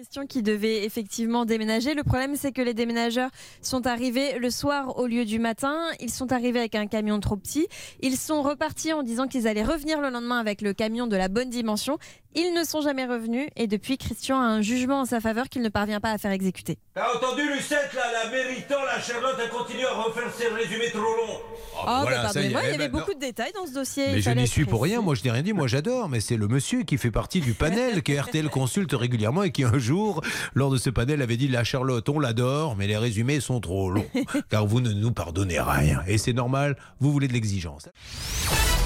Christian qui devait effectivement déménager. Le problème, c'est que les déménageurs sont arrivés le soir au lieu du matin. Ils sont arrivés avec un camion trop petit. Ils sont repartis en disant qu'ils allaient revenir le lendemain avec le camion de la bonne dimension. Ils ne sont jamais revenus et depuis, Christian a un jugement en sa faveur qu'il ne parvient pas à faire exécuter. T'as entendu Lucette, là, la méritant, la Charlotte, elle continue à refaire ses résumés trop longs. Pardonnez-moi, il y avait beaucoup de détails dans ce dossier. Mais je n'y suis pour rien, moi je n'ai rien dit, moi j'adore, mais c'est le monsieur qui fait partie du panel que RTL consulte régulièrement et qui un jour, lors de ce panel, avait dit: la Charlotte, on l'adore, mais les résumés sont trop longs, car vous ne nous pardonnez rien. Et c'est normal, vous voulez de l'exigence.